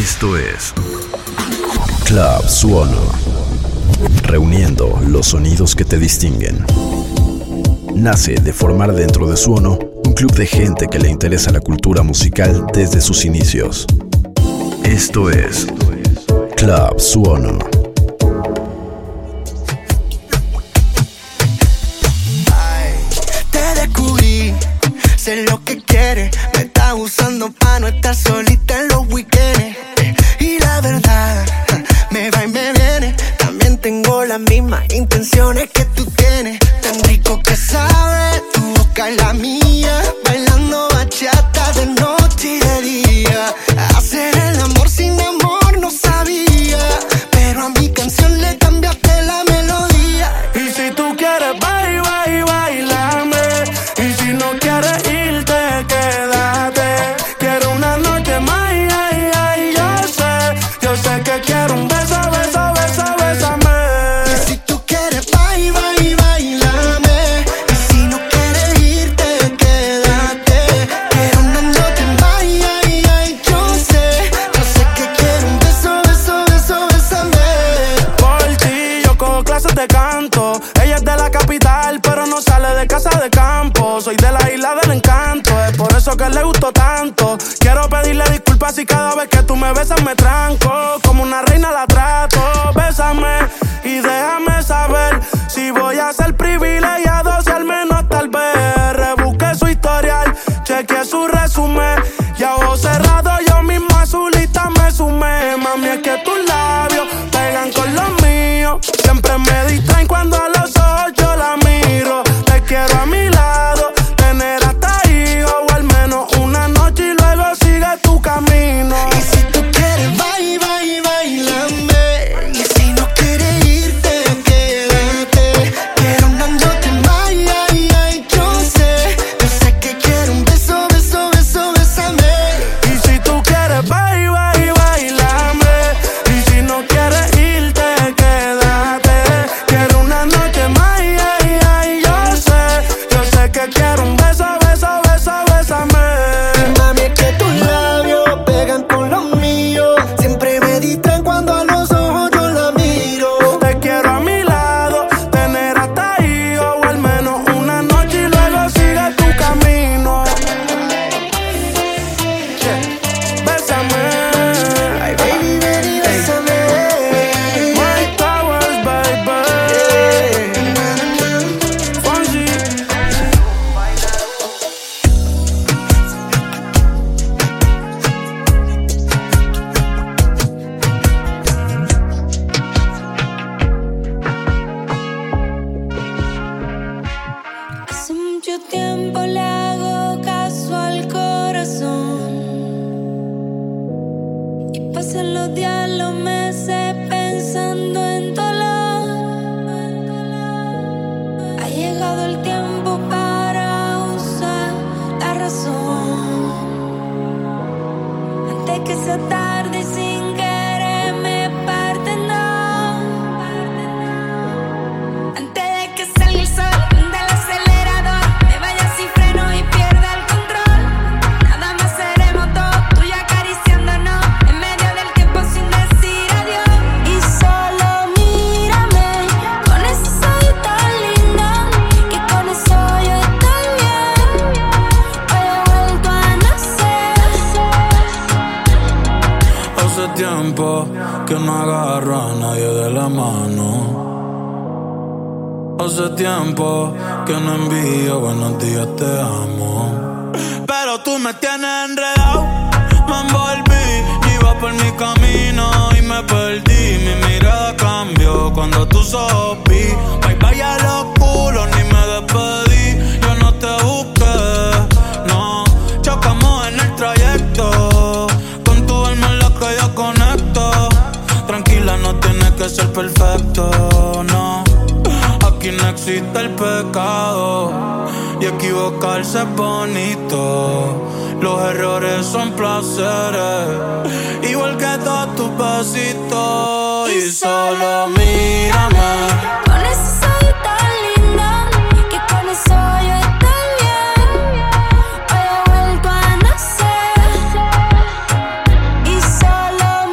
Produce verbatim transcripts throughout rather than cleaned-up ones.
Esto es Club Suono, reuniendo los sonidos que te distinguen. Nace de formar dentro de Suono un club de gente que le interesa la cultura musical desde sus inicios. Esto es Club Suono. Ay, te descubrí, sé lo que quieres, me estás usando pa' no estar solita en los weekends. Y la verdad, me va y me viene, también tengo las mismas intenciones que tú tienes. Tan rico que sabe tu boca y la mía, bailando bachata de noche y de día. Hacer el amor sin amor no sabía, pero a mi canción le cambiaste la melodía. Y si tú quieres bailar, bailar, bailame. Y si no quieres irte, quédate. Quiero una noche más, ay, ay, yo sé. Yo sé que quiero un beso, beso, beso, bésame. Y si tú quieres bailar, bailar, bailame. Y si no quieres irte, quédate. Quiero una noche más, ay, ay, yo sé. Yo sé que quiero un beso, beso, beso, bésame. Por ti yo cojo clases de canto. Ella es de la capital, pero no sale de casa de campo. Soy de la isla del encanto, es por eso que le gustó tanto. Quiero pedirle disculpas si cada vez que tú me besas me tranco. Como una reina la trato. Bésame y déjame saber si voy a ser privilegiado, si al menos tal vez rebusque su historial, chequeé su resumen y a ojos cerrados yo mismo a su lista me sumé. Mami, es que tus labios pegan con los míos, siempre me distraen cuando a los ojos yo la miro. Te quiero a mi lado, tener hasta hijos o al menos una noche y luego sigue tu camino. Y si tú quieres bailar, bailar, bailame. Y si no quieres irte, quédate. Quiero una noche más, ay, ay, yo sé. Yo sé que quiero un beso, beso, beso, bésame. Y si tú quieres bailar, bailar, bailame. Y si no quieres irte, quédate. Quiero una noche más, ay, ay, ay, yo sé. Yo sé que quiero un beso, beso, beso, bésame. Mami, es que tus labios pegan con los míos, siempre me distraen cuando a los ojos yo la miro. Te quiero a mi lado, tener hasta hijos o al menos una noche y luego sigue tu camino. Yeah. Bésame. Ay, baby, baby, bésame. Mike Towers, baby. Fonzie. Hace mucho tiempo le hago caso al corazón y pasan los días, los meses pensando en dolor. Ha llegado el tiempo para usar la razón antes que sea tarde y sin querer me parten dos. Antes de que salga el sol del acelerador, me vaya sin freno y pierda el control. Nada más seremos dos, tú y acariciándonos en medio del tiempo sin decir adiós. Y solo mírame con ese ojito lindo, que con eso yo estoy bien. Hoy he vuelto a nacer. Hace tiempo que no agarro a nadie de la mano. Hace tiempo que no envío buenos días, te amo. Pero tú me tienes enredado, me envolví, iba por mi camino y me perdí. Mi mirada cambió cuando tus ojos vi. Bye bye a los culos, ni me despedí. Yo no te busqué, no. Chocamos en el trayecto, con tu alma en la que yo conecto. Tranquila, no tienes que ser perfecto, no. Aquí no existe el pecado y equivocarse es bonito. Los errores son placeres, igual que todos tus besitos. Y solo mírame Con ese ojito lindo, que con eso yo estoy bien. Hoy he vuelto a nacer. Y solo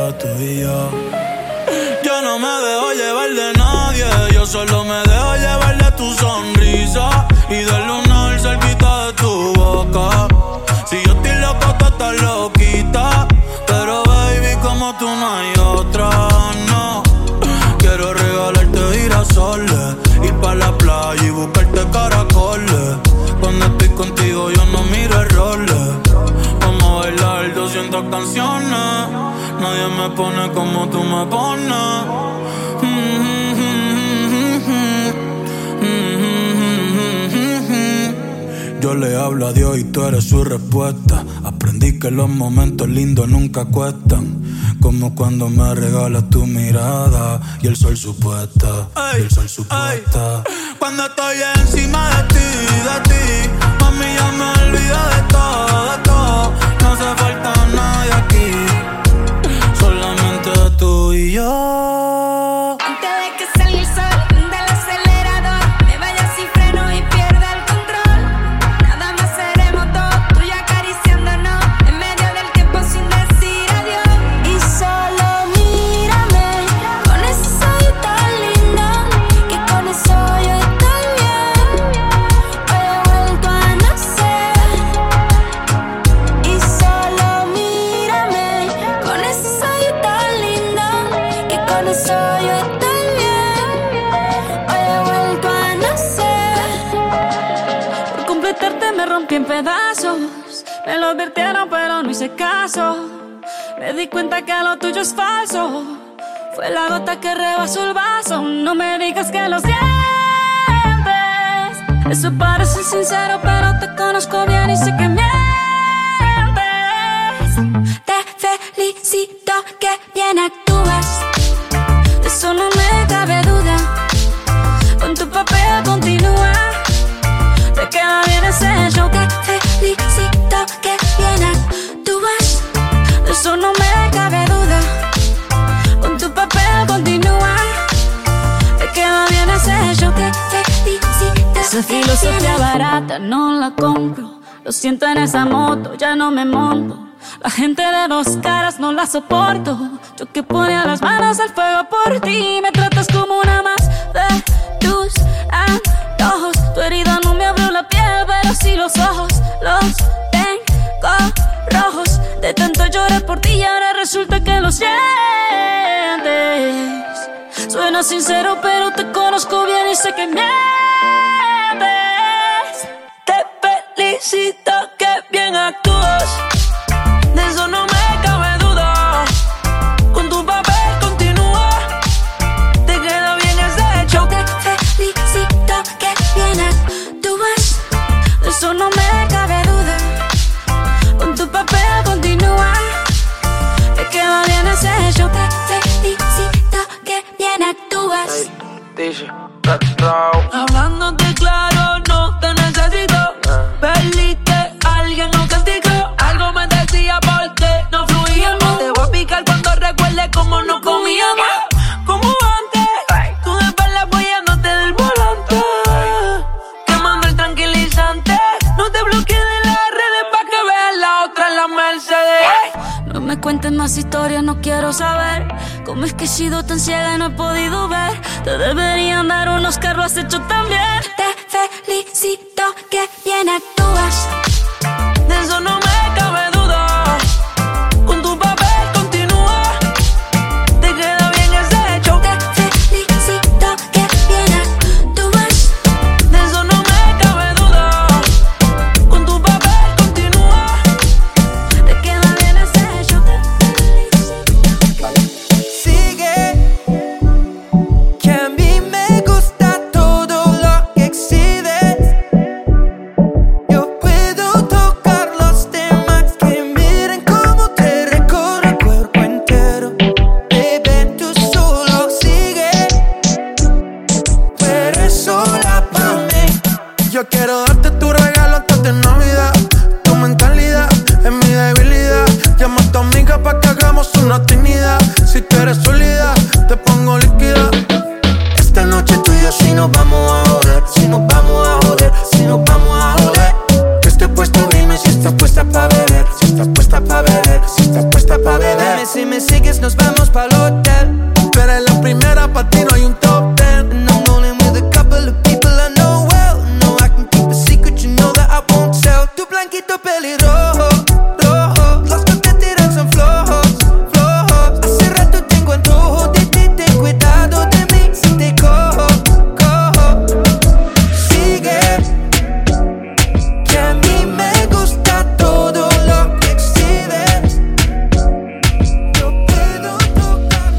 de tú y yo. Yo no me dejo llevar de nadie, yo solo me dejo llevar de tu sonrisa y del lunar cerquita de tu boca. Si yo estoy loco, tú estás loquita, pero baby, como tú no hay otra, no. Quiero regalarte girasoles, ir pa' la playa y buscarte caracoles. Cuando estoy contigo yo no miro errores. Vamos a bailar doscientas canciones, nadie me pone como tú me pones. Yo le hablo a Dios y tú eres su respuesta. Aprendí que los momentos lindos nunca cuestan, como cuando me regalas tu mirada y el sol supuesta, y el sol supuesta. Cuando estoy encima de ti, de ti, mami, ya me olvido de todo, de todo. No hace falta nadie aquí, solamente tú y yo. Antes de que salga el sol del acelerador, me vaya sin freno y pierda el control. Nada más seremos dos, tú y acariciándonos en medio del tiempo sin decir adiós. Y solo mírame con ese ojito tan lindo, que con eso yo estoy bien. Hoy he vuelto a nacer. Y solo mírame con ese ojito tan lindo, que con eso yo estoy bien. Hoy he vuelto a nacer. Por completarte me rompí en pedazos. Me lo advirtieron pero no hice caso. Me di cuenta que lo tuyo es falso. Fue la gota que rebasó el vaso. No me digas que lo sientes. Eso parece sincero pero te conozco bien y sé que mientes. Te felicito que bien actúas, de eso no me cabe duda. Con tu papel continúa, te queda bien ese show. Te felicito que bien actúas, de eso no me cabe duda. Con tu papel continúa, te queda bien ese show. Te felicito. Esa filosofía barata no la compro. Lo siento en esa moto, ya no me monto. La gente de dos caras no la soporto. Yo que ponía las manos al fuego por ti. Me tratas como una más de tus antojos. Tu herida no me abrió la piel, pero sí los ojos. Los tengo rojos. De tanto llorar por ti y ahora resulta que lo sientes. Suena sincero pero te conozco bien y sé que mientes. Te felicito que bien actúas, de eso no me cabe duda. Con tu papel continúa, te queda bien ese show. Te felicito que bien actúas, de eso no me cabe duda. Con tu papel continúa, te queda bien ese show. Te felicito que bien actúas. Hablándote claro, no te necesito. Perdiste a alguien, no castigo. Algo me decía porque no fluíamos. Te voy a picar cuando recuerde cómo no comíamos. Como antes, tú de espalda apoyándote del volante, quemando el tranquilizante. No te bloquees de las redes pa' que veas la otra en la Mercedes. No me cuentes más historias, no quiero saber cómo es que he sido tan ciega y no he podido ver. Te deberían dar unos carros, has hecho también. Te felicito que bien actúas, de eso no me cabe duda. Con tu papel continúa, te queda bien ese show. Te felicito que bien actúas, de eso no me cabe duda. Con tu papel continúa, te queda bien ese show. Sigue, que a mí me gusta todo lo que exhibes. Yo puedo tocar los beber, si estás puesta pa' beber, si estás puesta pa' beber. Dime si me sigues, nos vamos pa'l hotel. Tú eres la primera, pa' ti no hay un top ten. And I'm rolling with a couple of people I know well. No, I can keep a secret, you know that I won't tell. Tu blanquito pelirrojo, rojo. Los que te tiran son flojos, flojos. Hace rato tengo antojo de ti, ten cuidado de mí si te cojo, cojo. Sigue, que a mí me gusta todo lo que exhibes. Yo puedo tocar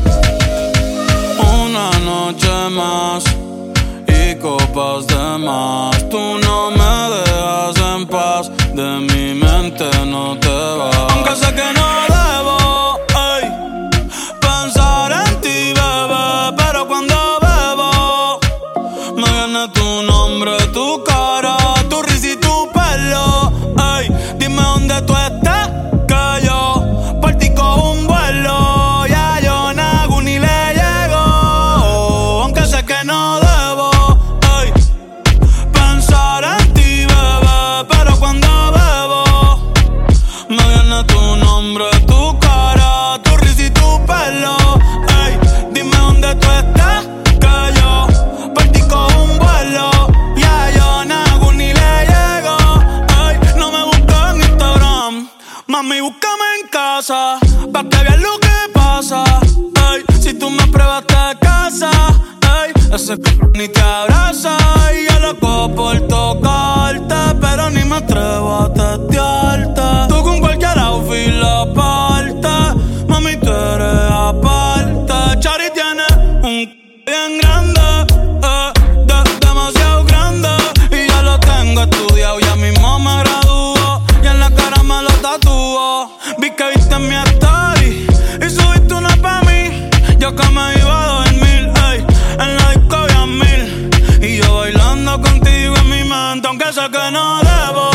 una noche más y copas de más. Tú no me dejas en paz, de mi mente no te vas. Aunque sé que no debo, ey, pensar en ti, bebé, pero cuando bebo me viene tu nombre, tu cara, tu risa y tu pelo. Ey, dime dónde tú estás, que yo por ti cojo un vuelo. Ya yo nago ni le llego, aunque sé que no debo, ey, pensar en ti, bebé, pero cuando bebo me viene tu nombre, tu cara, tu risa y tu pelo. Ey, dime dónde tú estás, que yo por ti cojo un vuelo. Ya yo nago ni le llego. Ey, no me busques en Instagram, mami, búscame en casa, pa' que veas lo que pasa. Ey, si tú me pruebas te casa, ey, ese c*** ni te abraza. Y yo loco por tocarte, pero ni me atrevo a testearte. Tú con cualquier outfit la parte, mami, tú eres aparte. Chari tiene un c*** bien grande, eh, de, demasiado grande. Y ya lo tengo estudiado, ya mismo me gradúo. Y en la cara me lo tatúo. Vi que viste mi story y subiste una pa' mí. Yo que me iba a dormir, ey, en la disco había mil. Y yo bailando contigo en mi mente, aunque sé que no debo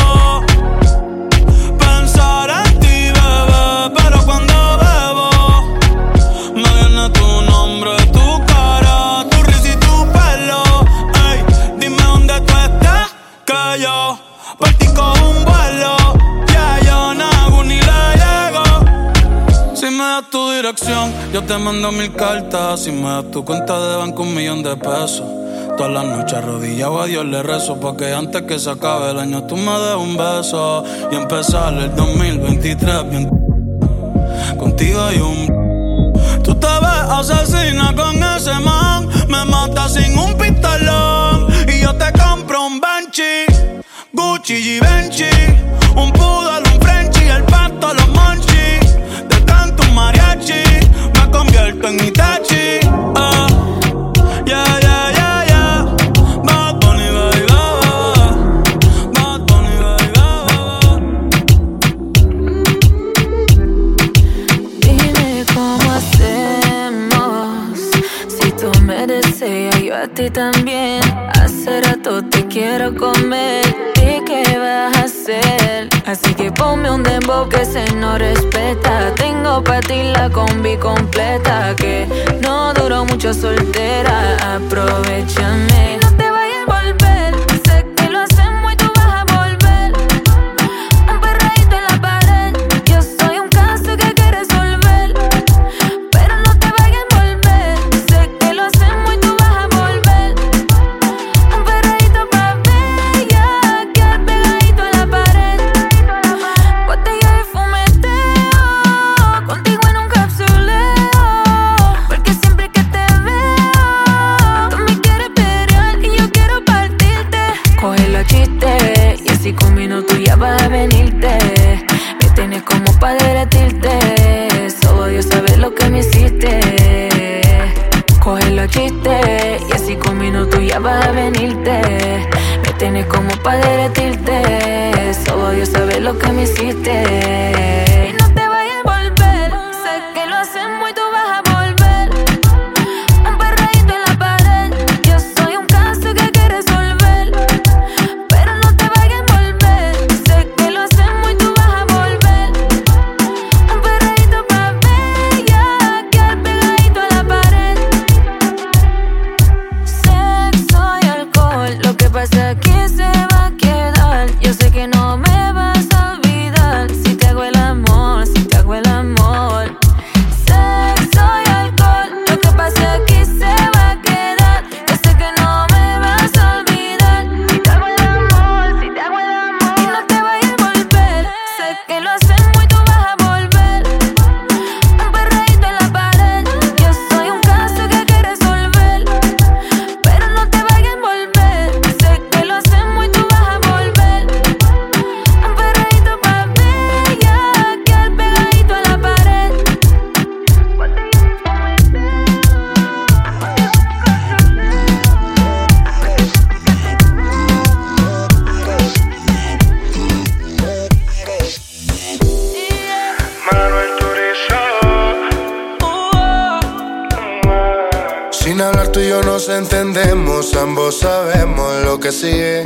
pensar en ti, bebé, pero cuando bebo me viene tu nombre, tu cara, tu risa y tu pelo. Ey, dime dónde tú estás, que yo por ti cojo un vuelo. Ya yo nago ni le llego. Si me das tu dirección, yo te mando mil cartas. Si me das tu cuenta de banco, un millón de pesos. Todas las noches arrodillado a Dios le rezo, porque antes que se acabe el año tú me des un beso y empezar el dos mil veintitrés bien. Contigo hay un. Tú te ves asesina con ese man, me mata sin un pistolón. Y yo te compro un Banshee, Gucci, Givenchy, un poodle, un Frenchie, el pato, los monchis. Te canto un mariachi, me convierto en Itachi. Uh, yeah, yeah, yeah, yeah. Bad Bunny, baby, Bad Bunny, baby. Dime cómo hacemos, si tú me deseas, yo a ti también. Hace rato te quiero comer, ¿y qué vas a hacer? Así que ponme un dembow que se no respeta. Tengo pa' ti la combi completa, que no duró mucho soltera. Aprovechame, no te vayas a volver. Sé que lo hacemos y tú vas a volver. Un perreíto en la pared, yo soy un caso que hay que resolver. Pero no te vayas a volver. Sé que lo hacemos y tú vas a volver. Un perreíto pa' bella, que pegadito en la pared. Botella de fumeteo, contigo en un capsuleo. Porque siempre que te veo, tú me quieres pelear y yo hacemos y tú vas a volver. Un perreíto en la pared. Yo soy un caso que hay que resolver, pero no te vayas a envolver. Sé que lo hacemos y tú vas a volver. Un perreíto pa' bella, que al pegadito a la pared. Manuel Turizo. Sin hablar tú y yo nos entendemos, ambos sabemos lo que sigue.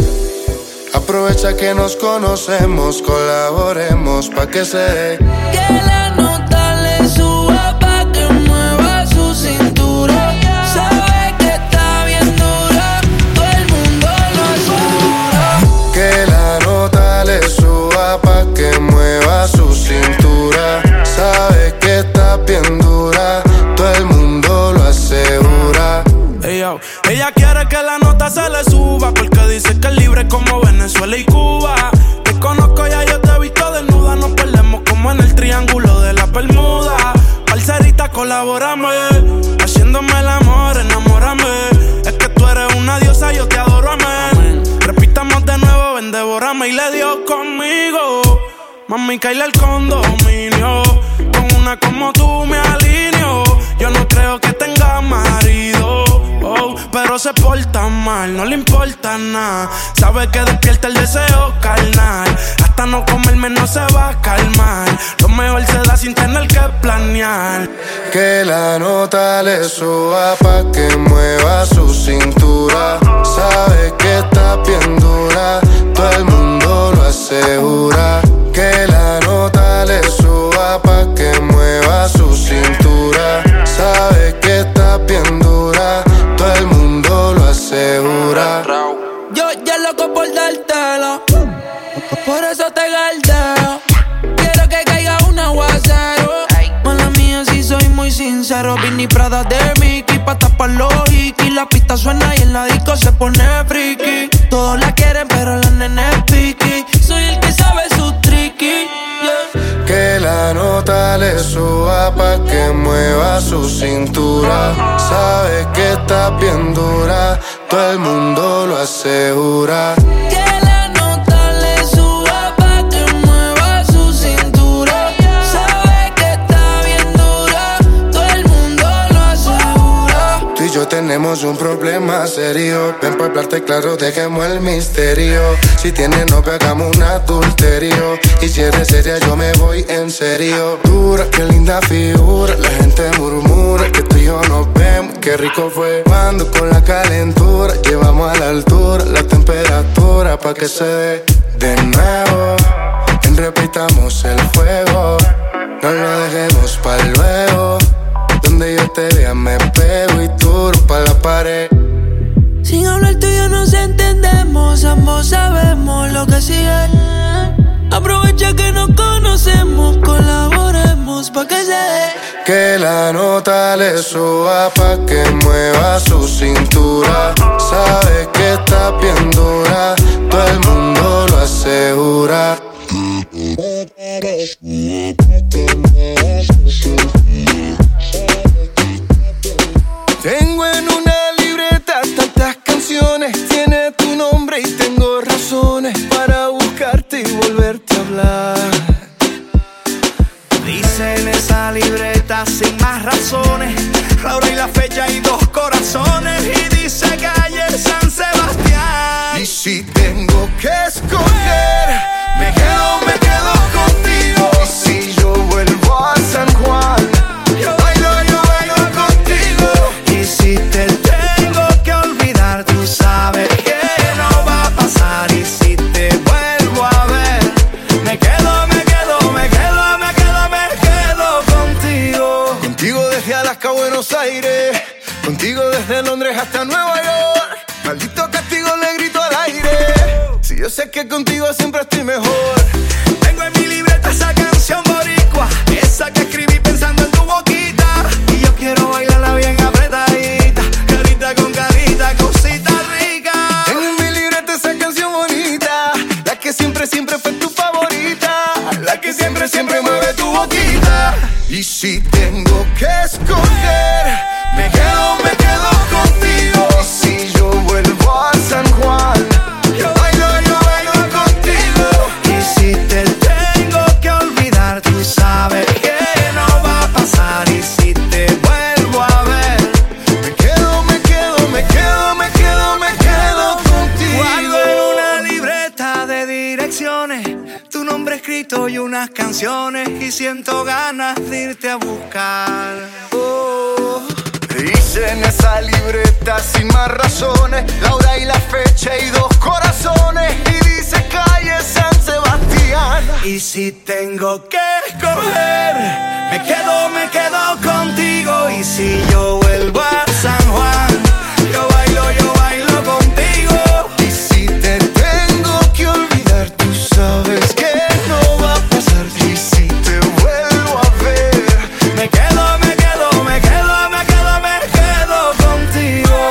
Aprovecha que nos conocemos, colaboremos pa' que se dé. Que la nota le suba pa' que mueva su cintura. Sabe que está bien dura, todo el mundo lo asegura. Que la nota le suba pa' que mueva su cintura. Sabe que está bien dura, todo el mundo lo asegura. Ey, yo. Ella quiere que la nota se le suba, porque dice que es libre como Venezuela y Cuba. Te conozco, ya yo te he visto desnuda. Nos perdemos como en el triángulo de la Bermuda. Parcerita, colabórame, haciéndome el amor, enamórame. Es que tú eres una diosa, yo te adoro, amén. Repitamos de nuevo, ven, devórame. Y le dio conmigo, mami, caile al condominio. Con una como tú me alineo. Yo no creo que tenga marido, oh, pero se porta mal, no le importa nada. Sabe que despierta el deseo carnal. Hasta no comerme no se va a calmar. Lo mejor se da sin tener que planear. Que la nota le suba pa' que mueva su cintura. Sabe que está bien dura, todo el mundo lo asegura. Que la nota le suba pa' que mueva su cintura. Sabe que está bien dura, todo el mundo lo asegura. Yo ya loco por dártelo, por eso te galdeo. Quiero que caiga un aguacero. Mala mía, si soy muy sincero. Vinny Prada de Mickey pa' tapar los hikis. La pista suena y en la disco se pone friki. Todos la quieren pero la nena es piqui. Soy el que sabe su tricky, yeah. Que la nota le suba pa' que mueva su cintura. Sabe que está bien dura, todo el mundo lo asegura. Que la nota le suba pa' que mueva su cintura. Sabe que está bien dura, todo el mundo lo asegura. Tú y yo tenemos un problema serio. Ven pa' hablarte claro, dejemos el misterio. Si tienes novio, hagamos un adulterio. Y si eres seria, yo me voy en serio. Dura, qué linda figura. La gente murmura que tú y yo nos vemos. Qué rico fue cuando con la calentura llevamos a la altura la temperatura pa' que se dé de nuevo. En repitamos el fuego. No lo dejemos pa' luego. Donde yo te vea me pego y tú pa' la pared. Sin hablar tú y yo nos entendemos, ambos sabemos lo que sigue. Aprovecha que nos conocemos, colaboremos pa' que se dé. Que la nota le suba pa' que mueva su cintura. Sabe que está bien dura, todo el mundo lo asegura. Tengo en una libreta tantas canciones. Tiene tu nombre y tengo razones para buscarte y volverte a hablar. Dice en esa libreta sin más razones la hora y la fecha y dos corazones. Y dice calle San Sebastián. Y si tengo que escoger, me quedo, me quedo contigo. Y si yo vuelvo a San Juan, yo bailo, yo bailo contigo. Y si te tengo que olvidar, tú sabes que no va a pasar. Y si te vuelvo a ver, me quedo, me quedo, me quedo, me quedo, me quedo contigo. Contigo desde Alaska a Buenos Aires, contigo desde Londres hasta Nueva York. Maldito castigo le grito al aire. Si yo sé que contigo siempre estoy mejor. Tengo en mi libreta esa canción boricua, esa que escribí pensando en tu boquita. Y yo quiero bailarla bien apretadita, carita con carita, cosita rica. Tengo en mi libreta esa canción bonita, la que siempre, siempre fue tu favorita, la que siempre, siempre siempre mueve tu boquita. Y si tengo que escoger, me quedo, me quedo contigo. Y si yo vuelvo a San Juan, yo bailo, yo bailo contigo. Y si te tengo que olvidar, tú sabes que no va a pasar. Y si te vuelvo a ver, me quedo, me quedo, me quedo, me quedo, me quedo contigo. guardo en una libreta de direcciones tu nombre escrito y unas canciones, y siento ganas de irte a buscar. Oh, hice en esa libreta sin más razones la hora y la fecha y dos corazones, y dice calle San Sebastián. Y si tengo que escoger, me quedo, me quedo contigo. Y si yo vuelvo a San Juan, yo bailo, yo bailo contigo. Y si te tengo que olvidar, tú sabes que no va a pasar. Y si te vuelvo a ver, me quedo, me quedo, me quedo, me quedo, me quedo contigo.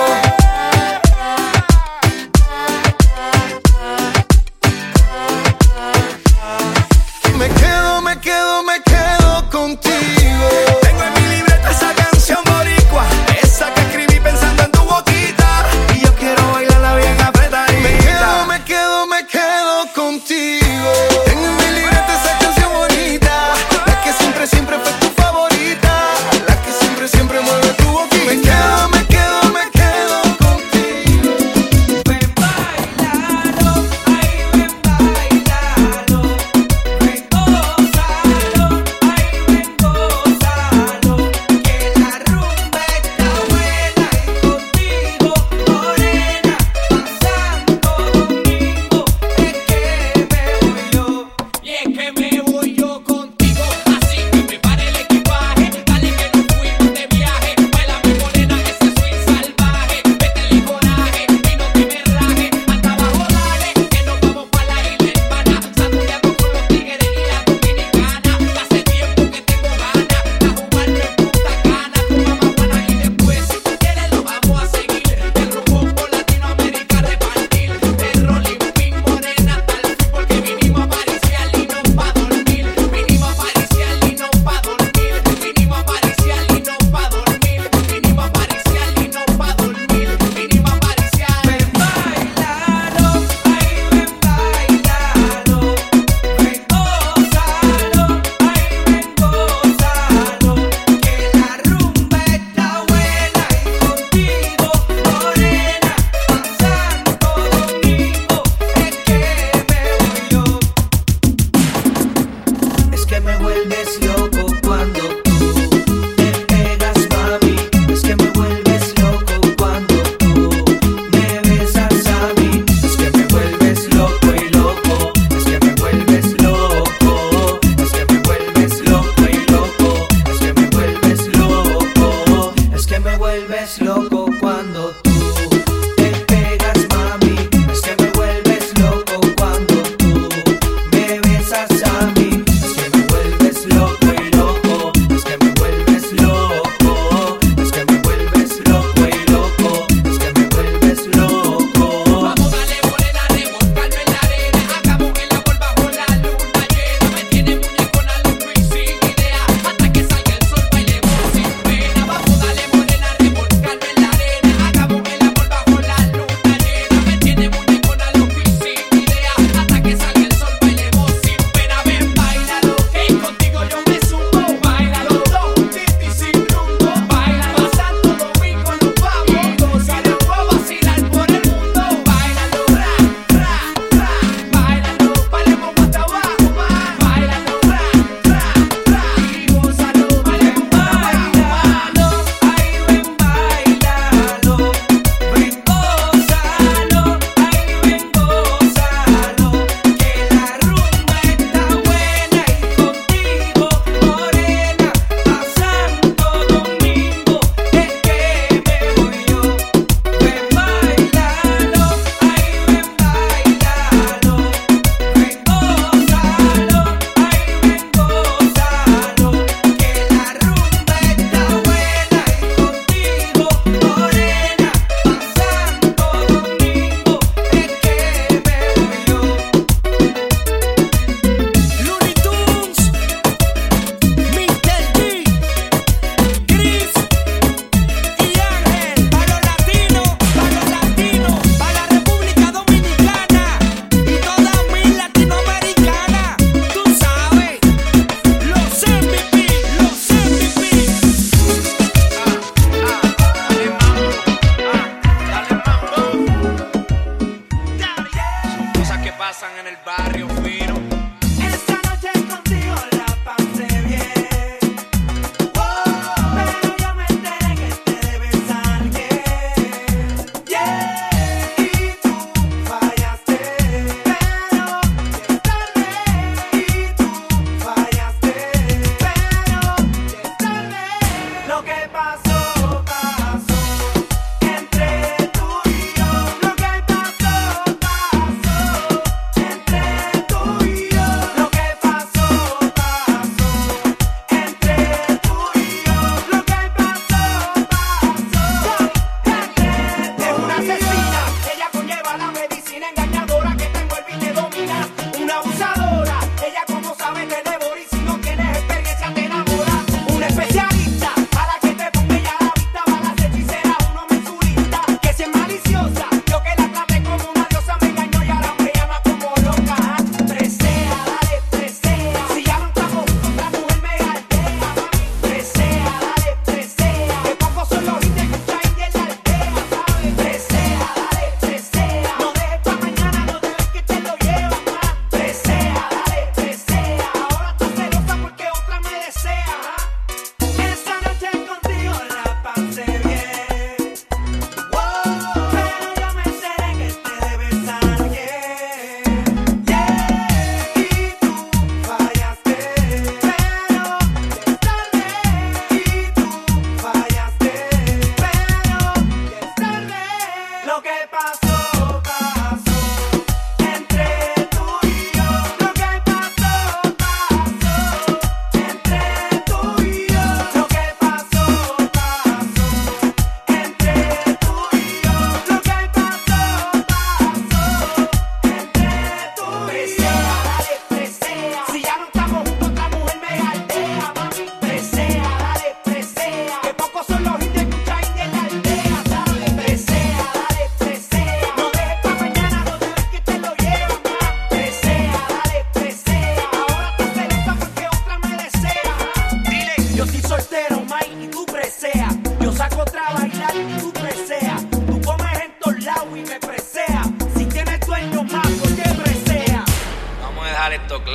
me quedo, me quedo, me quedo contigo. Tengo en mi libreta esa canción boricua, esa que escribí pensando en tu boquita, y yo quiero bailarla bien apretadita. Me quedo, me quedo, me quedo contigo. Tengo en mi libreta esa canción bonita, la que siempre, siempre fue tu favorita, la que siempre, siempre mueve tu boquita. Me quedo, me quedo, me quedo contigo. Ven, bailalo, ay, ven, bailalo. Ven, gózalo, ay, ven, gózalo. Que la rumba está buena y contigo, morena, pasando domingo. Es que me voy yo, y es que me voy yo contigo. Así que prepare el equipaje, dale que nos fuimos de viaje. Baila mi morena, ese swing salvaje. Métele coraje y no te me raje. Hasta abajo dale, que nos vamos pa' la isla hermana. Sacudiendo con los tigres y la dominicana. Hace tiempo que tengo ganas de jugarme en Punta Cana con mamá Juana. Y después, si tú quieres, lo vamos a seguir. El rumbo por Latinoamérica repartir. El rolling pin morena tal porque vinimos a pariciar y no pa' dormir. Vinimos a pariciar y no pa' dormir. Vinimos a pariciar y no pa' dormir. Vinimos a pariciar y no pa' dormir. Vinimos a pariciar. Ven, bailalo, ay, ven, bailalo. Ven, gózalo, ay, ven, gózalo. Que la rumba está buena y contigo, morena, pasando domingo. Es que me voy yo. Es que me vuelves loco cuando tú te pegas, mami. Es que me vuelves loco cuando tú me besas a mí. Es que me vuelves loco y loco. Es que me vuelves loco. Es que me vuelves loco y loco. Es que me vuelves loco. Es que me vuelves loco cuando tú te pegas, mami. Es que me vuelves loco cuando tú me besas a mí. Es que me vuelves loco y loco. Es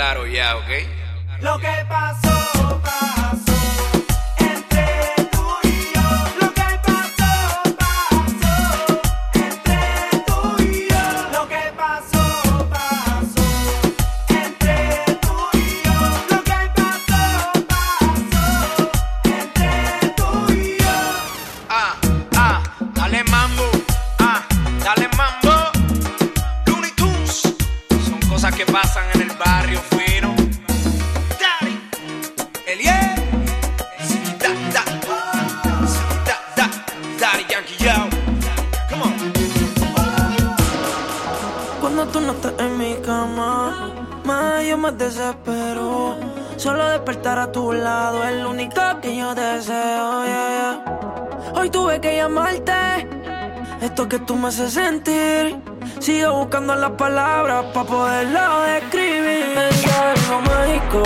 claro ya, ¿ok? Lo que pasó, pasó entre tú y yo. Lo que pasó, pasó entre tú y yo. Lo que pasó, pasó entre tú y yo. Lo que pasó, pasó entre tú y yo. Ah, ah, dale mambo, ah, dale mambo. Looney Tunes, son cosas que pasan en el barrio fino. Daddy, el yeah, da, da, da, da, Daddy Yankee, yo, come on. Cuando tú no estás en mi cama, más yo me desespero. Solo despertar a tu lado es lo único que yo deseo, yeah, yeah. Hoy tuve que llamarte, esto que tú me haces sentir. Sigo buscando las palabras para poderlo describir. Es algo mágico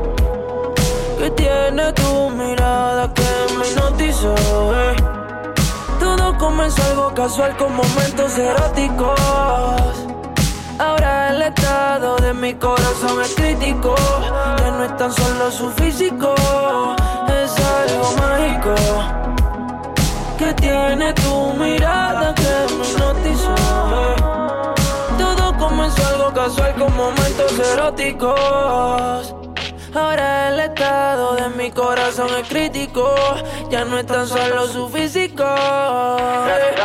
que tiene tu mirada que me hipnotizó, eh. Todo comenzó algo casual con momentos eróticos. Ahora el estado de mi corazón es crítico. Ya no es tan solo su físico, es algo mágico que tiene tu mirada que me hipnotizó, eh. Todo comenzó algo casual con momentos eróticos. Ahora el estado de mi corazón es crítico. Ya no es tan solo su físico, eh.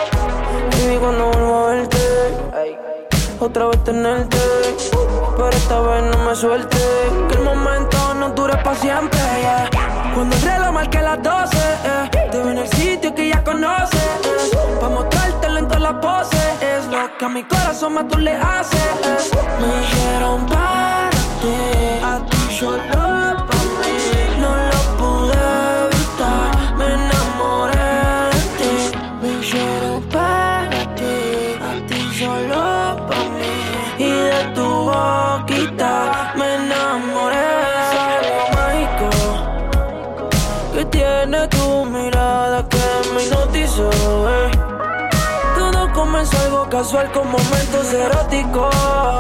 Y cuando vuelvo a verte, otra vez tenerte, pero esta vez no me suelte. Que el momento no dure para siempre, yeah. Cuando el reloj marque las doce, eh, te veo en el sitio que ya conoces, eh, pa' mostrártelo en todas las poses. Es lo que a mi corazón más tú le haces, eh. Me dijeron para ti, a ti solo pa' mí. No lo pude evitar, me enamoré de ti. Me dijeron para ti, a ti solo pa' mí. Y de tu boquita me enamoré. Es algo mágico que tiene tu mirada que me hipnotizó, eh. Todo comenzó algo casual con momentos eróticos.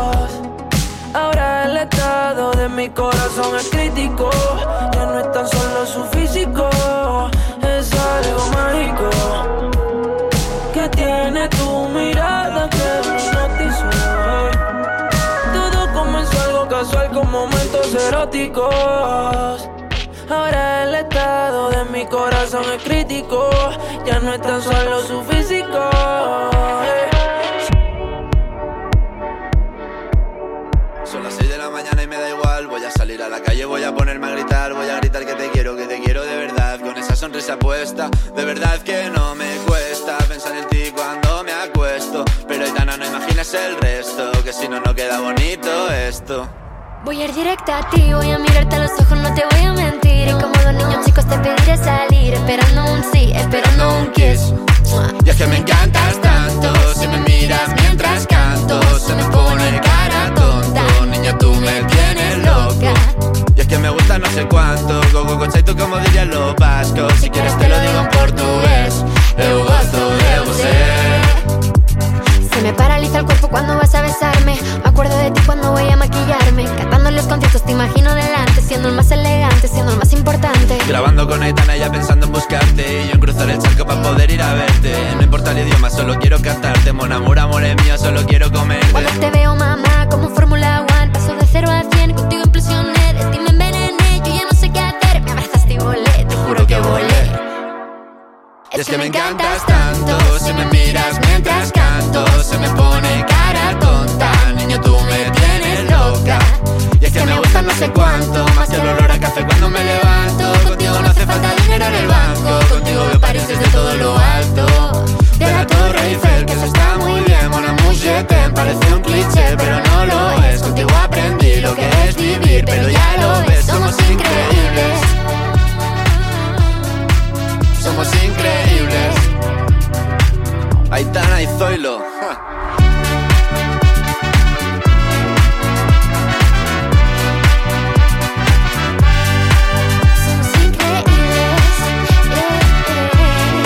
Ahora el estado de mi corazón es crítico. Ya no es tan solo su físico, es algo mágico que tiene tu mirada que me hipnotizó, eh. Todo comenzó algo casual con momentos eróticos. Ahora el estado de mi corazón es crítico. Ya no es tan solo su físico, eh. Son las seis de la mañana y me da igual. Voy a salir a la calle, voy a ponerme a gritar. Voy a gritar que te quiero, que te quiero de verdad. Con esa sonrisa puesta, de verdad que no me cuesta pensar en ti cuando me acuesto. Pero Aitana, no imagines el resto, que si no, no queda bonito esto. Voy a ir directa a ti, voy a mirarte a los ojos, no te voy a mentir. Y como dos niños chicos te pediré salir, esperando un sí, esperando un kiss. Y es que me encantas tanto, si me miras mientras canto, se me pone cara tonta. Niña, tú me tienes loca. Y es que me gusta no sé cuánto, go go go, tú como dirían los vascos. Si quieres te lo digo en portugués, eu gosto de você. Se me paraliza el cuerpo cuando vas a besarme. Me acuerdo de ti cuando voy a maquillarme. Cantando en los conciertos te imagino delante, siendo el más elegante, siendo el más importante. Grabando con Aitana ya pensando en buscarte, y yo en cruzar el charco para poder ir a verte. No importa el idioma, solo quiero cantarte. Mon amor, amor es mío, solo quiero comerte. Cuando te veo, mamá, como Fórmula One, paso de cero a cien, contigo impresioné. De ti me envenené, yo ya no sé qué hacer. Me abrazaste y volé, te juro que volé. Y es que me encantas tanto, si me miras mientras canto, se me pone cara tonta. Niño, tú me tienes loca. Y es que me gusta no sé cuánto, más que el olor a café cuando me levanto. Contigo no hace falta dinero en el banco, contigo veo París desde todo lo alto. De la Torre Eiffel, que eso está muy bien. Mon amour, je t'aime, parece un cliché, pero no lo es. Contigo aprendí lo que es vivir, pero ya lo ves, somos increíbles. Somos increíbles. Aitana y Zoilo. Ja. Somos increíbles, eh, eh.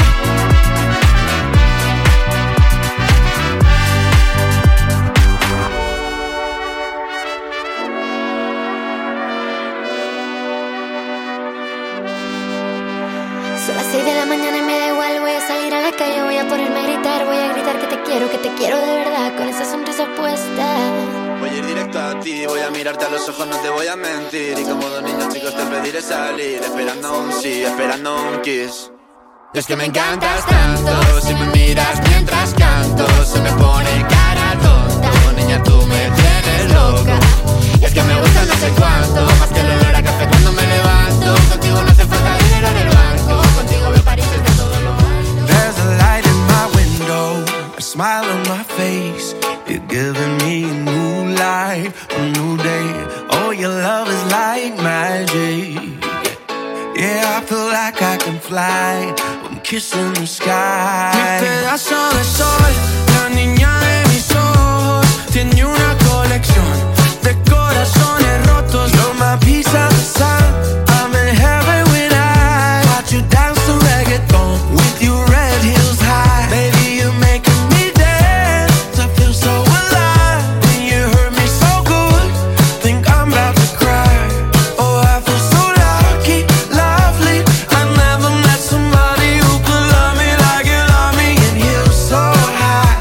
Son las seis de la mañana y me da igual. Voy a salir a la calle, voy a ponerme a gritar. Voy a gritar que te quiero, que te quiero de verdad, con esa sonrisa puesta. Voy a ir directo a ti, voy a mirarte a los ojos, no te voy a mentir. Y como dos niños chicos te pediré salir, esperando un sí, esperando un kiss. Y es que me encantas tanto, si me miras mientras canto, se me pone cara tonta. Niña, tú me tienes loca. Y es que me gusta no sé cuánto, más que el olor a café cuando me levanto. Contigo no hace falta dinero en el banco, contigo veo París desde todo lo alto. There's a light in my window, a smile on my face. You're giving me a new life, a new day. Oh, your love is like magic. Yeah, I feel like I can fly. I'm kissing the sky. Mi pedazo de sol, la niña de mis ojos, tiene una colección de corazones rotos. You're my piece of the sun. I'm in heaven when I watch you dance to reggaeton with your red heels high. Baby, you're making me dance. I feel so alive. When you hurt me so good, think I'm about to cry. Oh, I feel so lucky, lovely. I never met somebody who could love me like you love me, and you're so high.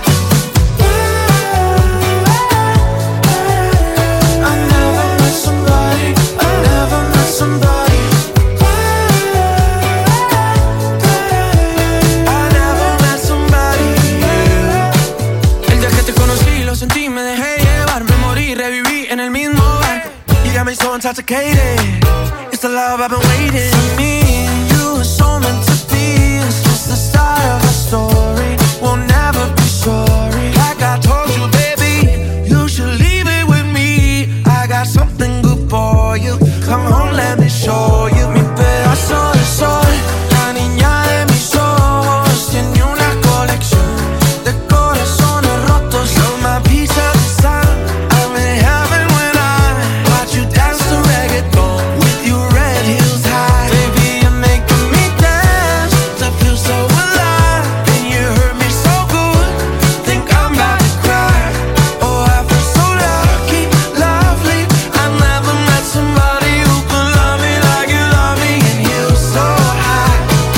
I never met somebody, I never met somebody. I never met somebody, yeah. El día que te conocí lo sentí, me dejé llevar, me morí, reviví en el mismo bar. You got me so intoxicated. It's the love I've been waiting. For me and you are so meant to be. It's just the start of a story, we'll never be sorry. Like I told you, baby, you should leave it with me. I got something good for you. Come on, let me show you. Mi pedazo de sol, la niña de mis ojos, tiene una colección de corazones rotos. You're my piece of the sun. I'm in heaven when I watch you dance to reggaeton with your red heels high. Baby, you're making me dance. I feel so alive, and you hurt me so good. Think I'm about to cry. Oh, I feel so lucky, lovely. I never met somebody who could love me like you love me, and you're so high.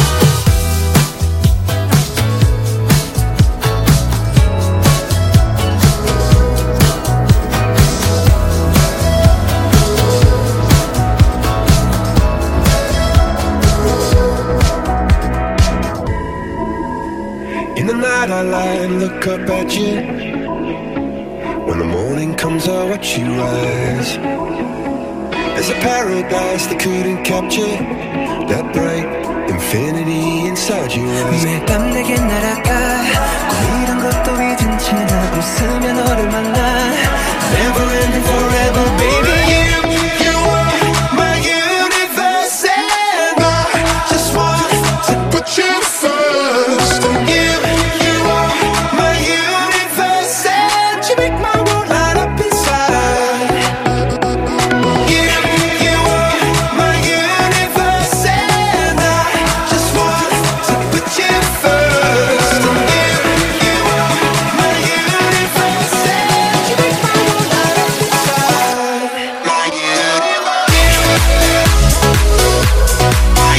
In the night I lie and look up at you. When the morning comes I watch you rise. There's a paradise they couldn't capture. That bright infinity inside your eyes. 매일 밤 내게 날아가 꿈이란 것도 잊은 채 나 웃으며 너를 만나. Never ending forever baby. You, you are my universe and I just want to put you first. You, you are my universe and you make my world light up inside. You, you are my universe and I just want to put you first. You, you are my universe and you make my world light up inside. My universe, my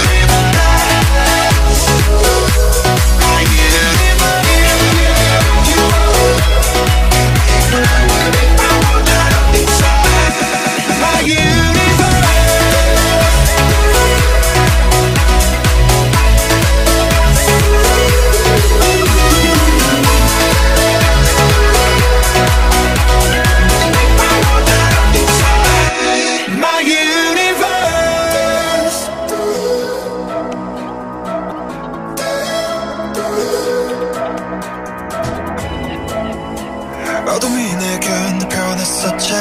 어둠이 내 건너편했었지.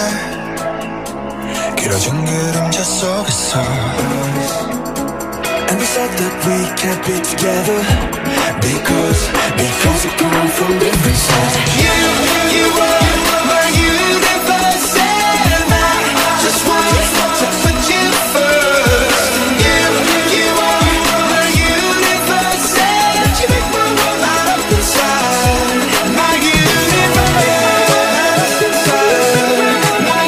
길어진 그림자 속에서 And we said that we can't be together because, because we come from different sides. You, you are my universe and I just want to put you first. You, you are my universe and you make my world light up inside. My universe, my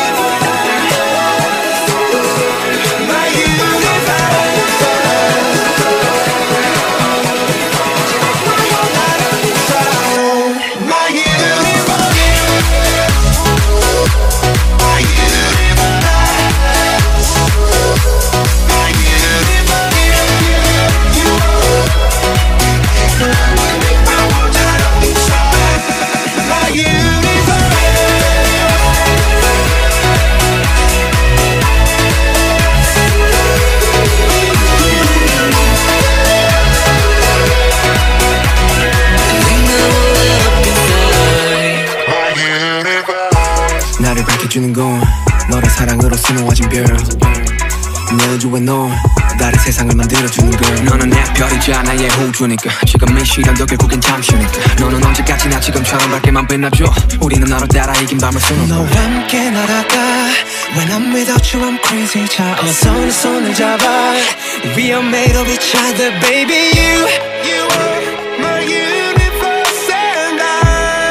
universe, my universe. 수놓아진 별 내 우주에 너 다른 세상을 만들어주는 걸 너는 내 별이자 나의 호주니까 지금 이 시간도 결국엔 잠시니까 너는 언제까지나 지금처럼 밝게만 빛나줘 우리는 너를 따라 이긴 밤을 수놓고 너와 함께 날아가 When I'm without you I'm crazy 자 어서 내 손을 잡아 We are made of each other baby You You are my universe and I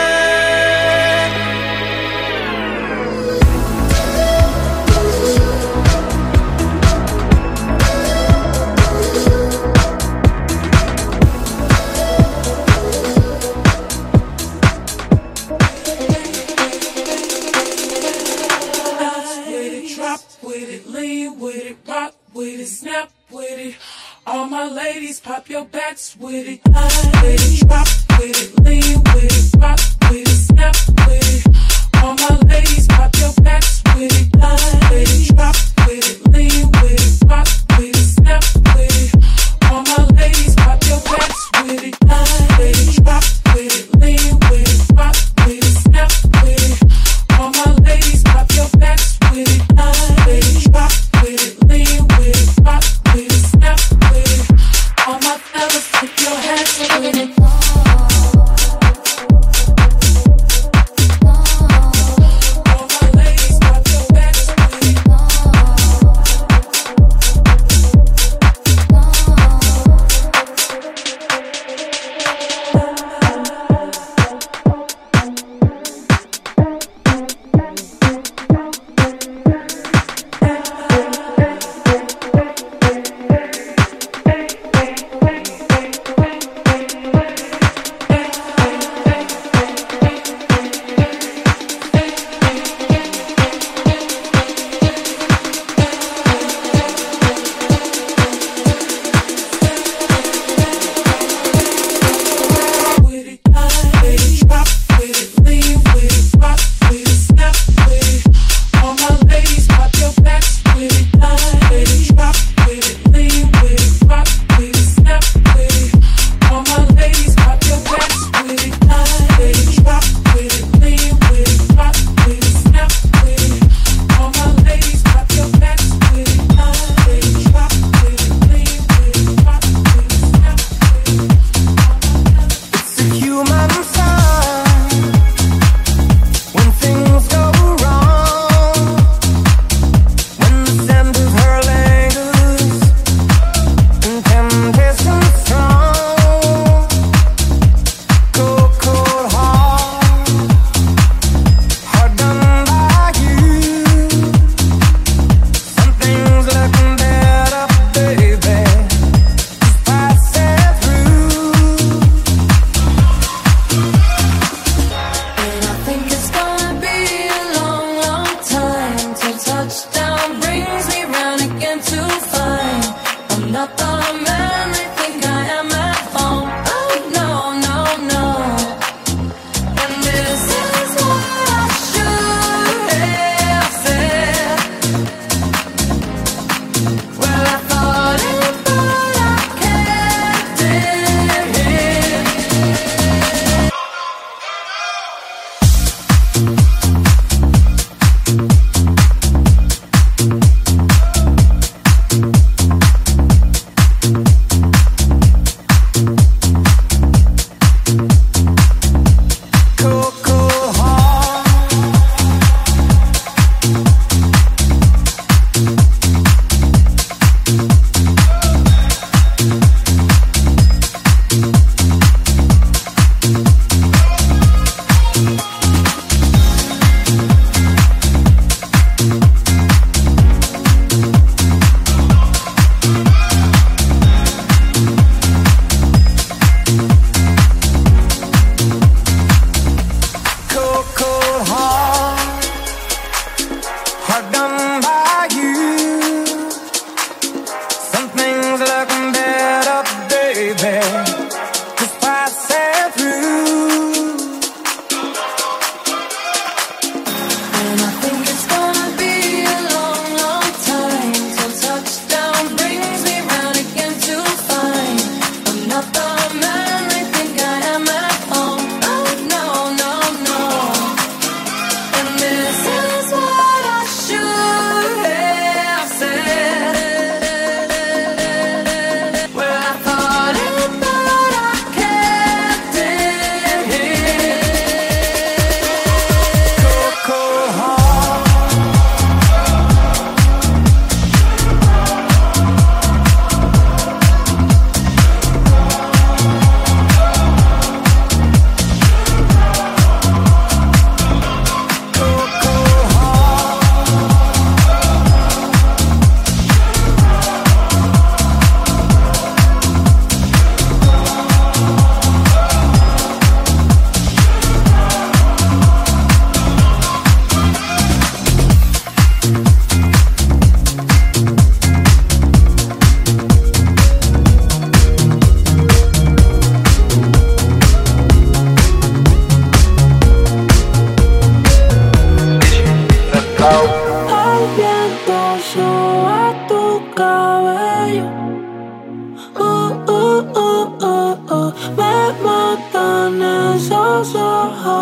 with it, snap with it. All my ladies, pop your backs with it. Line with it, drop with it, lean with it, rock with it, snap with it. All my ladies, pop your backs with it. Line with it, drop with it, lean with it, rock with it, snap with it. All my ladies, pop your backs with it. Line with it, drop with it, lean with it, rock with it, snap with it. All my ladies, pop your backs with it. Line with it, drop with it, lean with it, rock with it, snap with it. All my fellas, put your hands with it. All my ladies, pop your backs with it.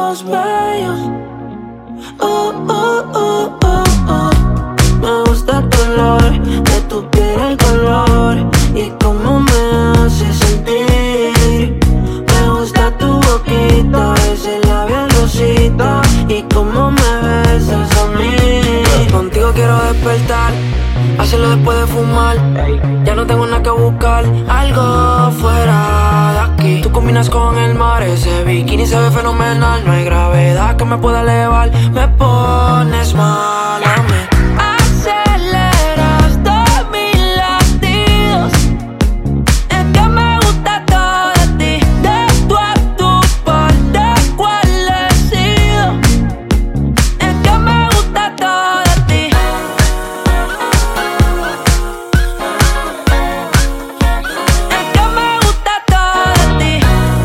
ojos bellos. Oh, oh, oh, oh, oh. Me gusta tu olor, de tu piel el color y cómo me hace sentir. Me gusta tu boquita, ese labial rosita y cómo me besas a mí. Contigo quiero despertar, hacerlo después de fumar. Ya no tengo nada que buscar, algo fuera de aquí. Tú combinas con el mar, ese bikini se ve fenomenal. No hay gravedad que me pueda elevar, me pones mal a mí. Aceleras todos mis latidos, es que me gusta todo de ti. De tú a tu parte, ¿cuál he sido? Es que me gusta todo de ti. Es que me gusta todo de ti.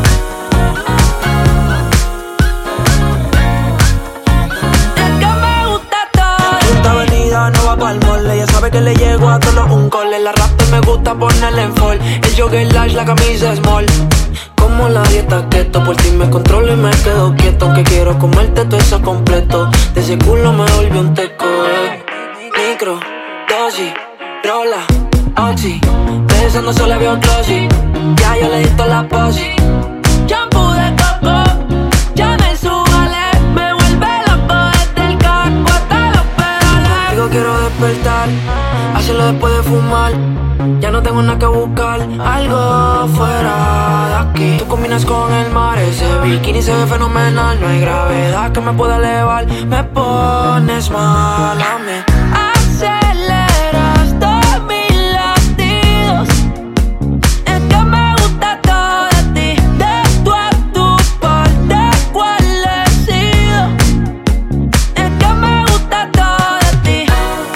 Es que me gusta todo de ti. Esta avenida no va pa'l mole, ella sabe que le llego a todos los uncoles. La raptor me gusta ponerle en fall, el jogger large, la camisa small. Como la dieta keto, por ti me controlo y me quedo quieto. Aunque quiero comerte todo eso completo, de ese culo me volvió un teco, eh. Micro, dosis, rola, oxi, pensando solo veo glossy. Ya yo le di toda la posi. Shampoo de coco, ya me subale, me vuelve loco desde el casco hasta los pedales. Digo quiero despertar, hacerlo después de fumar. Ya no tengo nada que buscar, algo fuera de aquí. Tú combinas con el mar, ese bikini se ve fenomenal. No hay gravedad que me pueda elevar, me pones mal a mí. Aceleras todos mis latidos, es que me gusta todo de ti. De tú a tu parte, ¿cuál he sido? Es que me gusta todo de ti.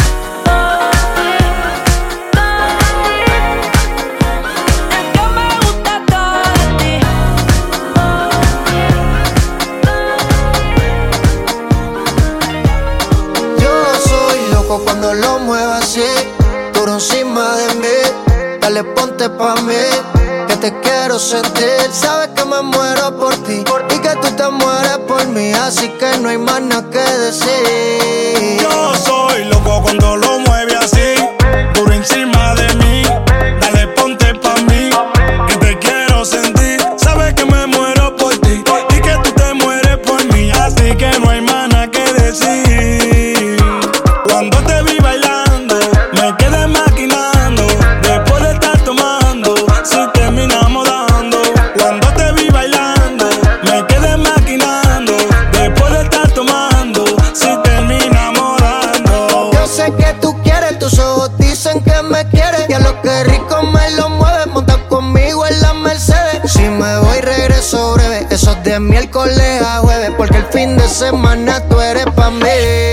Cuando lo muevas así, duro encima de mí, dale ponte pa' mí, que te quiero sentir. Sabes que me muero por ti y que tú te mueres por mí, así que no hay más nada que decir. Yo soy loco cuando lo mueve así, duro encima de mí, dale ponte pa' mí, que te quiero sentir. Sabes que me muero por ti y que tú te mueres por mí, así que no hay más nada que decir. Cuando te vi bailando, me quedé maquinando, después de estar tomando, si terminamos dando. Cuando te vi bailando, me quedé maquinando, después de estar tomando, si terminamos dando. Yo sé que tú quieres, tus ojos dicen que me quieres, y a lo que rico me lo mueves, monta conmigo en la Mercedes. Si me voy regreso breve, eso es de miércoles a jueves, porque el fin de semana tú eres pa' mí.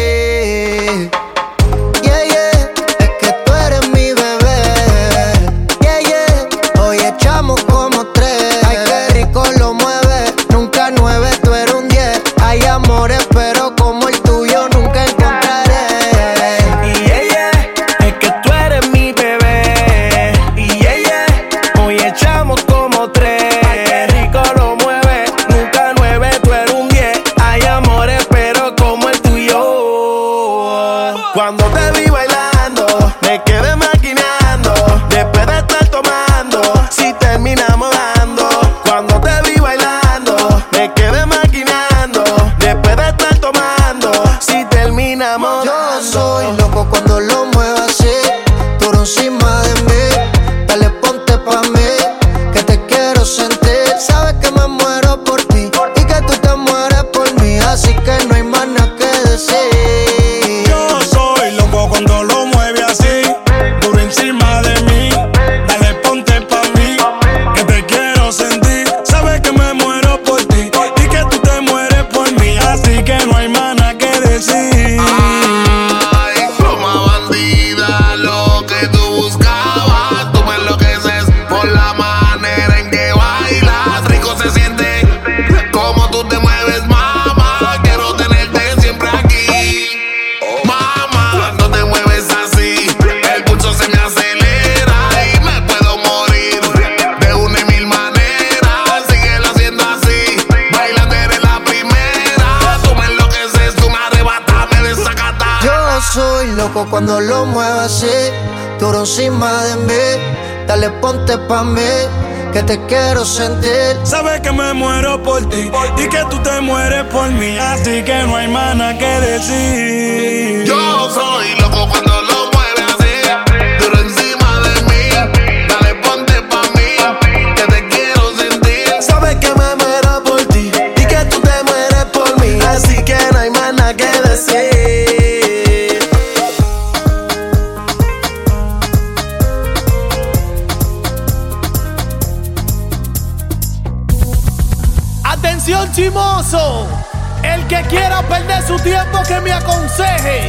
Pero como el tuyo nunca encontraré. Y ella, es que tú eres mi bebé. Y ella, hoy echamos como tres. Ay, qué rico lo mueve, nunca nueve, tú eres un diez. Hay amores, pero como el tuyo. Cuando te vi bailando, me quedé maquinando, después de estar tomando, si terminamos dando. Cuando te vi bailando, me quedé maquinando, después de estar tomando, si terminamos. Yo soy loco cuando lo muevo así, duro encima de mí, dale ponte pa' mí, que te quiero sentir. Sabes que me muero por ti y que tú te mueres por mí, así que no hay más nada que decir. Yo soy loco cuando lo mueve así, duro encima de mí, dale ponte pa' mí, que te quiero sentir. Sabes que me muero por ti y que tú te mueres por mí, así que no hay más nada que decir. Ay, pluma bandida, lo que tú buscabas, tú me enloqueces por la manera en que bailas. Rico se siente como tú te mueves, mamá. Quiero tenerte siempre aquí, mamá. Cuando te mueves así, el pulso se me acelera y me puedo morir de una y mil maneras. Síguelo haciendo así, bailando eres la primera. cuando lo muevas así, duro encima de mí. Dale, ponte pa' mí, que te quiero sentir. Sabes que me muero por ti y que tú te mueres por mí, así que no hay más nada que decir. Yo soy loco cuando lo mueves así, duro encima de mí. Dale, ponte pa' mí, que te quiero sentir. Sabes que me muero por ti y que tú te mueres por mí, así que no hay más nada que decir. Atención chimoso, el que quiera perder su tiempo que me aconseje.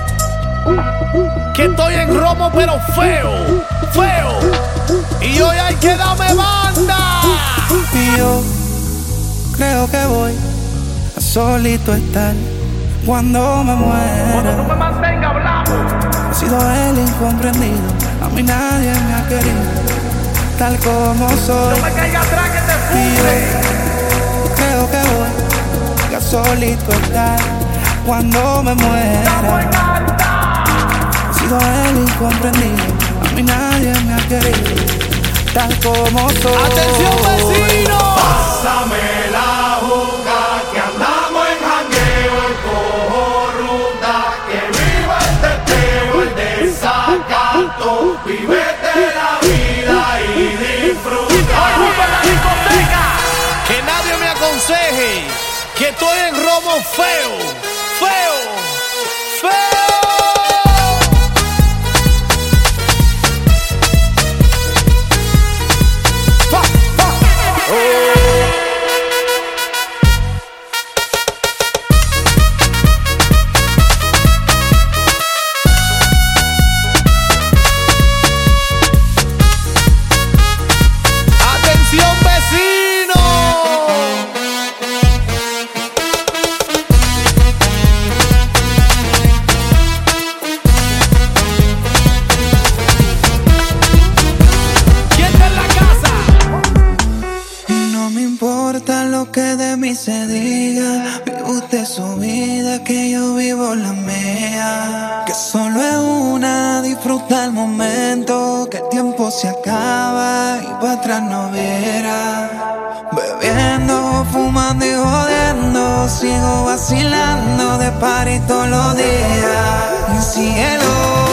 Que estoy en romo pero feo, feo. Y hoy hay que darme banda. Y yo creo que voy a solito estar cuando me muera. Cuando tú me mantengas hablando. He sido el incomprendido, a mí nadie me ha querido tal como soy. No me caiga atrás que te fume. Creo que voy a solito estar cuando me muera. He sido el incomprendido, a mí nadie me ha querido tal como soy. ¡Atención vecino! Pásame la juca que andamos en jangueo y cojo ruta. Que viva el teteo, el desacato. Vívete la vida y disfruta. ¡Ocupa la discoteca! Que nadie me aconseje que estoy en romo feo, feo, feo. Pa, pa. Oh. Atención vecino. Que de mí se diga, vive usted su vida, que yo vivo la mía. Que solo es una, disfruta el momento, que el tiempo se acaba y para atrás no viera. Bebiendo, fumando y jodiendo, sigo vacilando de party todos los días. Y cielo.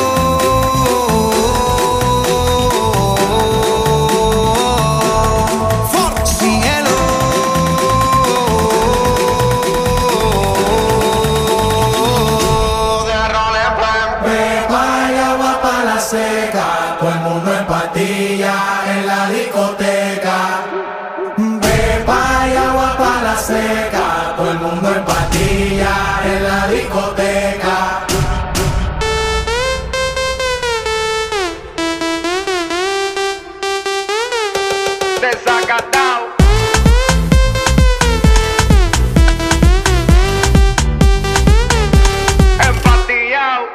Seca, todo el mundo en patilla en la discoteca. Pepa y agua pa' la seca, todo el mundo en patilla en la discoteca. Desacatao. Empatillao.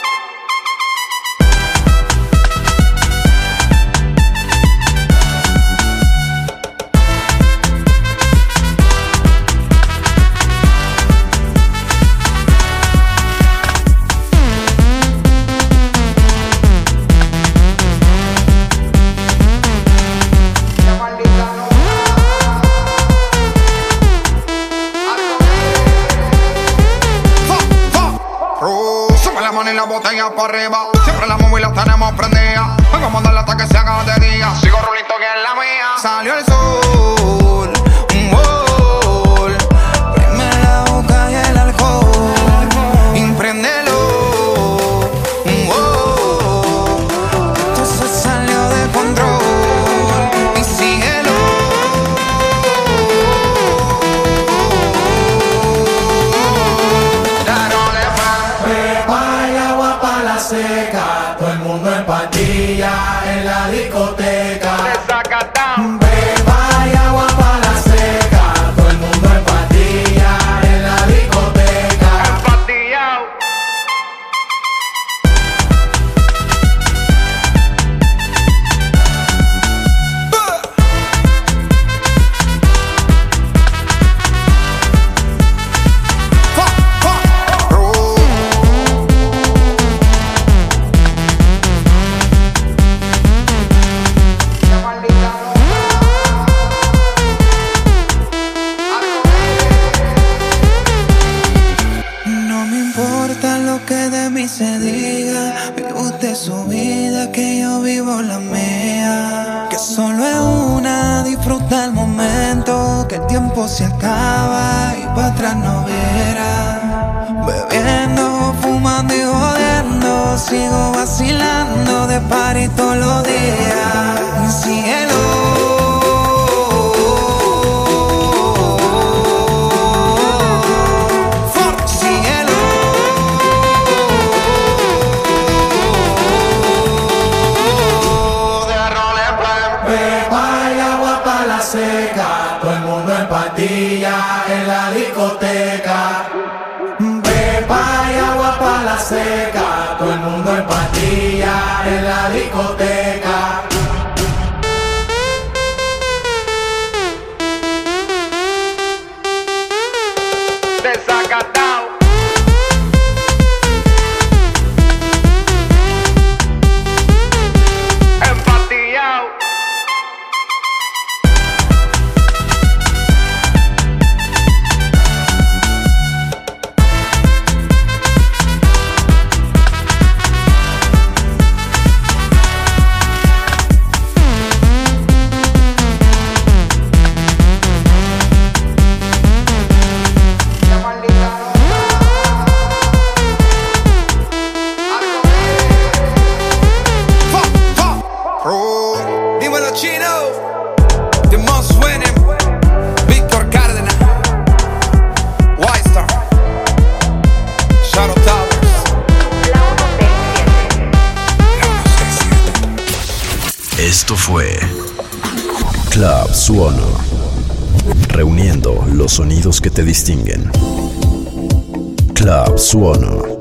La botella para arriba, siempre la móvil la tenemos prendida. Vengo a mandarla hasta que se haga de día. Sigo rulito que es la mía. Salió el sol, un gol. Prime la boca y el alcohol. Impréndelo, un gol. Esto se salió de control. Y síguelo. Seca, todo el mundo en patilla en la discoteca. Beba y agua pa' la seca, todo el mundo en patilla en la discoteca. Empatillao. contigo la mía, que solo es una, disfruta el momento, que el tiempo se acaba y para atrás no verá. Bebiendo, fumando y jodiendo, sigo vacilando de party todos los días. Síguelo. Seca, todo el mundo en patilla en la discoteca. Pepa y agua pa' la seca, todo el mundo en patilla en la discoteca. Desacatao. Empatillao. Esto fue Club Suono, reuniendo los sonidos que te distinguen. Club Suono.